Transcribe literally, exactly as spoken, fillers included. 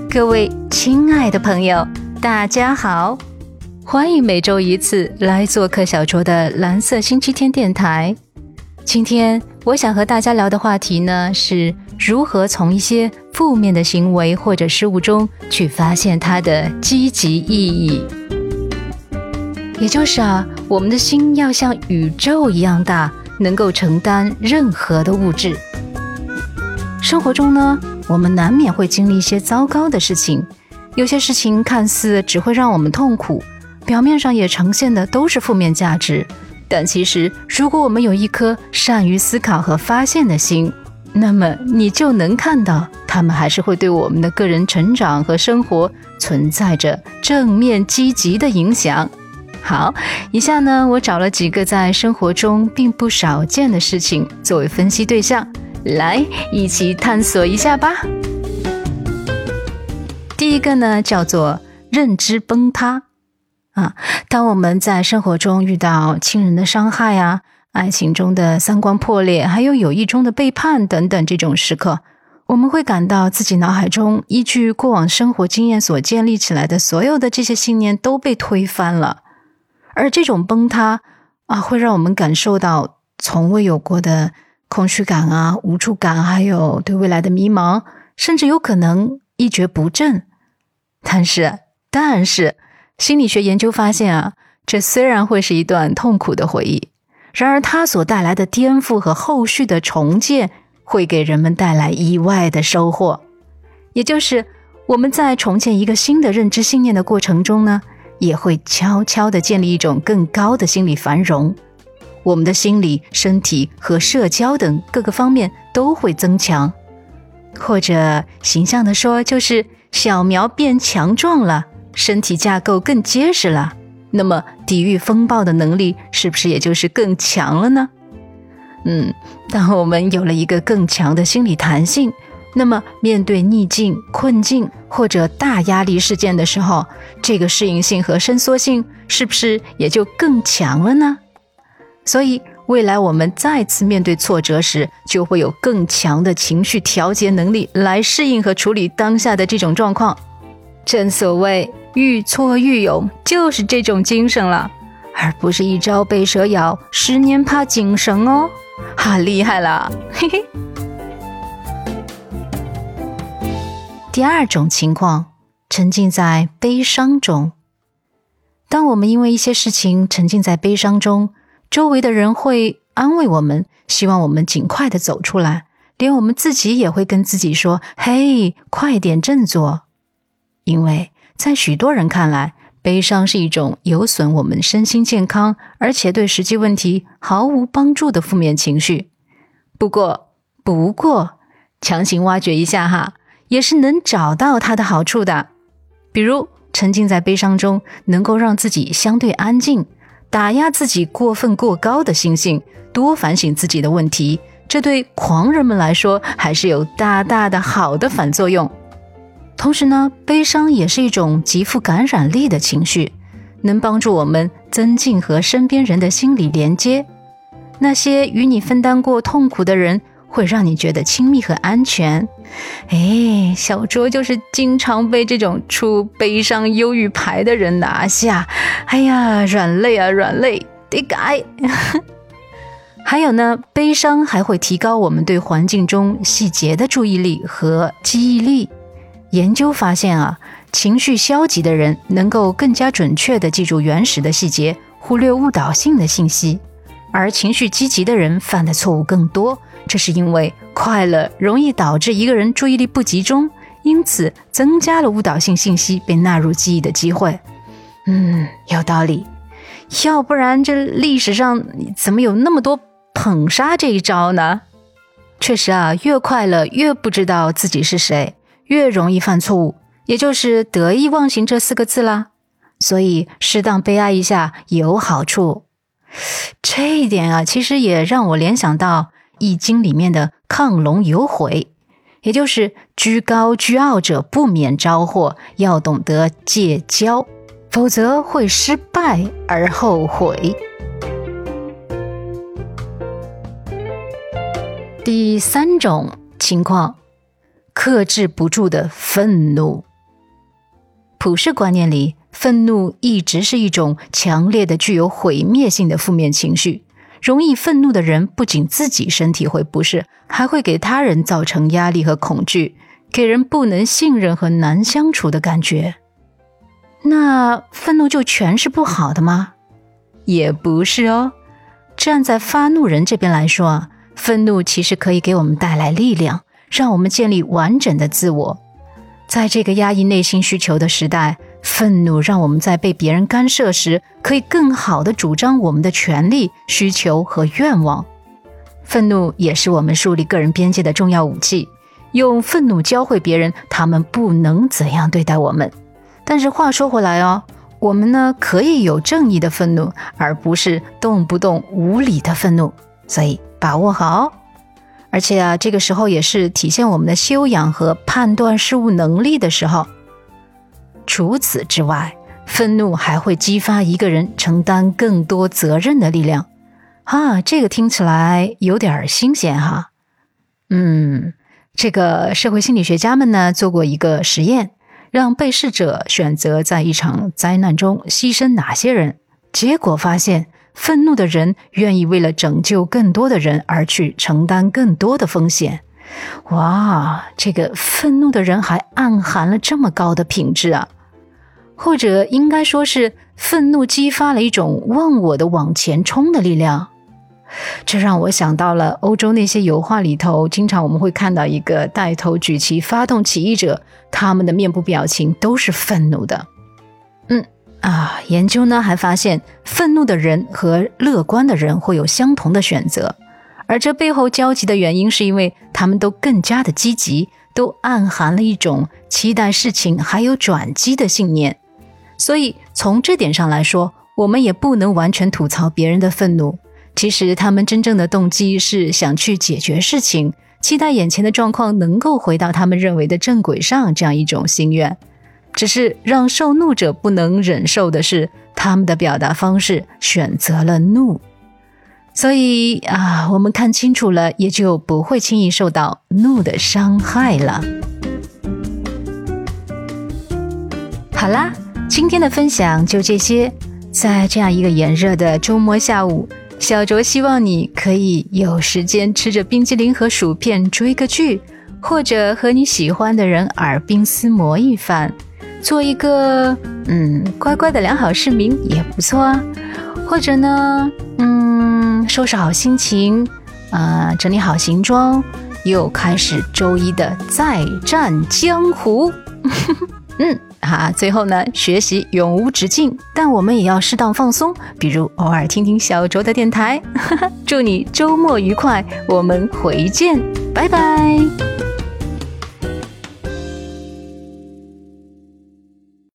各位亲爱的朋友，大家好，欢迎每周一次来做客小卓的蓝色星期天电台。今天我想和大家聊的话题呢，是如何从一些负面的行为或者事物中去发现它的积极意义。也就是啊，我们的心要像宇宙一样大，能够承担任何的物质。生活中呢，我们难免会经历一些糟糕的事情，有些事情看似只会让我们痛苦，表面上也呈现的都是负面价值，但其实如果我们有一颗善于思考和发现的心，那么你就能看到它们还是会对我们的个人成长和生活存在着正面积极的影响。好，以下呢，我找了几个在生活中并不少见的事情作为分析对象，来一起探索一下吧。第一个呢，叫做认知崩塌啊。当我们在生活中遇到亲人的伤害啊，爱情中的三观破裂，还有友谊中的背叛等等这种时刻，我们会感到自己脑海中依据过往生活经验所建立起来的所有的这些信念都被推翻了。而这种崩塌啊，会让我们感受到从未有过的空虚感啊、无助感，还有对未来的迷茫，甚至有可能一蹶不振。但是，但是，心理学研究发现啊，这虽然会是一段痛苦的回忆，然而它所带来的颠覆和后续的重建，会给人们带来意外的收获。也就是我们在重建一个新的认知信念的过程中呢，也会悄悄地建立一种更高的心理繁荣。我们的心理、身体和社交等各个方面都会增强，或者形象地说，就是小苗变强壮了，身体架构更结实了，那么抵御风暴的能力是不是也就是更强了呢？嗯，当我们有了一个更强的心理弹性，那么面对逆境、困境或者大压力事件的时候，这个适应性和伸缩性是不是也就更强了呢？所以未来我们再次面对挫折时，就会有更强的情绪调节能力来适应和处理当下的这种状况。正所谓愈挫愈勇，就是这种精神了，而不是一朝被蛇咬，十年怕井绳哦，好厉害了，嘿嘿。第二种情况，沉浸在悲伤中。当我们因为一些事情沉浸在悲伤中，周围的人会安慰我们，希望我们尽快地走出来，连我们自己也会跟自己说，嘿，快点振作。因为在许多人看来，悲伤是一种有损我们身心健康，而且对实际问题毫无帮助的负面情绪。不过，不过，强行挖掘一下哈，也是能找到它的好处的。比如，沉浸在悲伤中，能够让自己相对安静，打压自己过分过高的心性，多反省自己的问题，这对狂人们来说还是有大大的好的反作用。同时呢，悲伤也是一种极富感染力的情绪，能帮助我们增进和身边人的心理连接。那些与你分担过痛苦的人，会让你觉得亲密和安全。哎，小卓就是经常被这种出悲伤忧郁牌的人拿下，哎呀，软肋啊软肋，得改。还有呢，悲伤还会提高我们对环境中细节的注意力和记忆力。研究发现啊，情绪消极的人能够更加准确地记住原始的细节，忽略误导性的信息，而情绪积极的人犯的错误更多。这是因为快乐容易导致一个人注意力不集中，因此增加了误导性信息被纳入记忆的机会。嗯，有道理。要不然这历史上怎么有那么多捧杀这一招呢？确实啊，越快乐越不知道自己是谁，越容易犯错误，也就是得意忘形这四个字啦。所以适当悲哀一下有好处。这一点啊，其实也让我联想到易经里面的亢龙有悔，也就是居高居傲者不免招祸，要懂得戒骄，否则会失败而后悔。第三种情况，克制不住的愤怒普世观念里，愤怒一直是一种强烈的具有毁灭性的负面情绪。容易愤怒的人不仅自己身体会不适，还会给他人造成压力和恐惧，给人不能信任和难相处的感觉。那愤怒就全是不好的吗？也不是哦。站在发怒人这边来说啊，愤怒其实可以给我们带来力量，让我们建立完整的自我。在这个压抑内心需求的时代，愤怒让我们在被别人干涉时，可以更好地主张我们的权利、需求和愿望。愤怒也是我们树立个人边界的重要武器，用愤怒教会别人他们不能怎样对待我们。但是话说回来哦，我们呢可以有正义的愤怒，而不是动不动无理的愤怒，所以把握好。而且啊，这个时候也是体现我们的修养和判断事物能力的时候。除此之外，愤怒还会激发一个人承担更多责任的力量。啊，这个听起来有点新鲜哈。嗯，这个社会心理学家们呢做过一个实验，让被试者选择在一场灾难中牺牲哪些人，结果发现愤怒的人愿意为了拯救更多的人而去承担更多的风险。哇，这个愤怒的人还暗含了这么高的品质啊！或者应该说是愤怒激发了一种忘我的往前冲的力量。这让我想到了欧洲那些油画里头，经常我们会看到一个带头举旗发动起义者，他们的面部表情都是愤怒的。嗯啊，研究呢还发现，愤怒的人和乐观的人会有相同的选择，而这背后交集的原因是因为他们都更加的积极，都暗含了一种期待事情还有转机的信念。所以从这点上来说，我们也不能完全吐槽别人的愤怒，其实他们真正的动机是想去解决事情，期待眼前的状况能够回到他们认为的正轨上，这样一种心愿。只是让受怒者不能忍受的是，他们的表达方式选择了怒。所以啊，我们看清楚了，也就不会轻易受到怒的伤害了。好啦，今天的分享就这些。在这样一个炎热的周末下午，小卓希望你可以有时间吃着冰激凌和薯片追个剧，或者和你喜欢的人耳鬓厮磨一番，做一个嗯乖乖的良好市民也不错啊。或者呢嗯收拾好心情，呃整理好行装，又开始周一的再战江湖。嗯啊，最后呢，学习永无止境，但我们也要适当放松，比如偶尔听听小卓的电台。祝你周末愉快，我们回见，拜拜。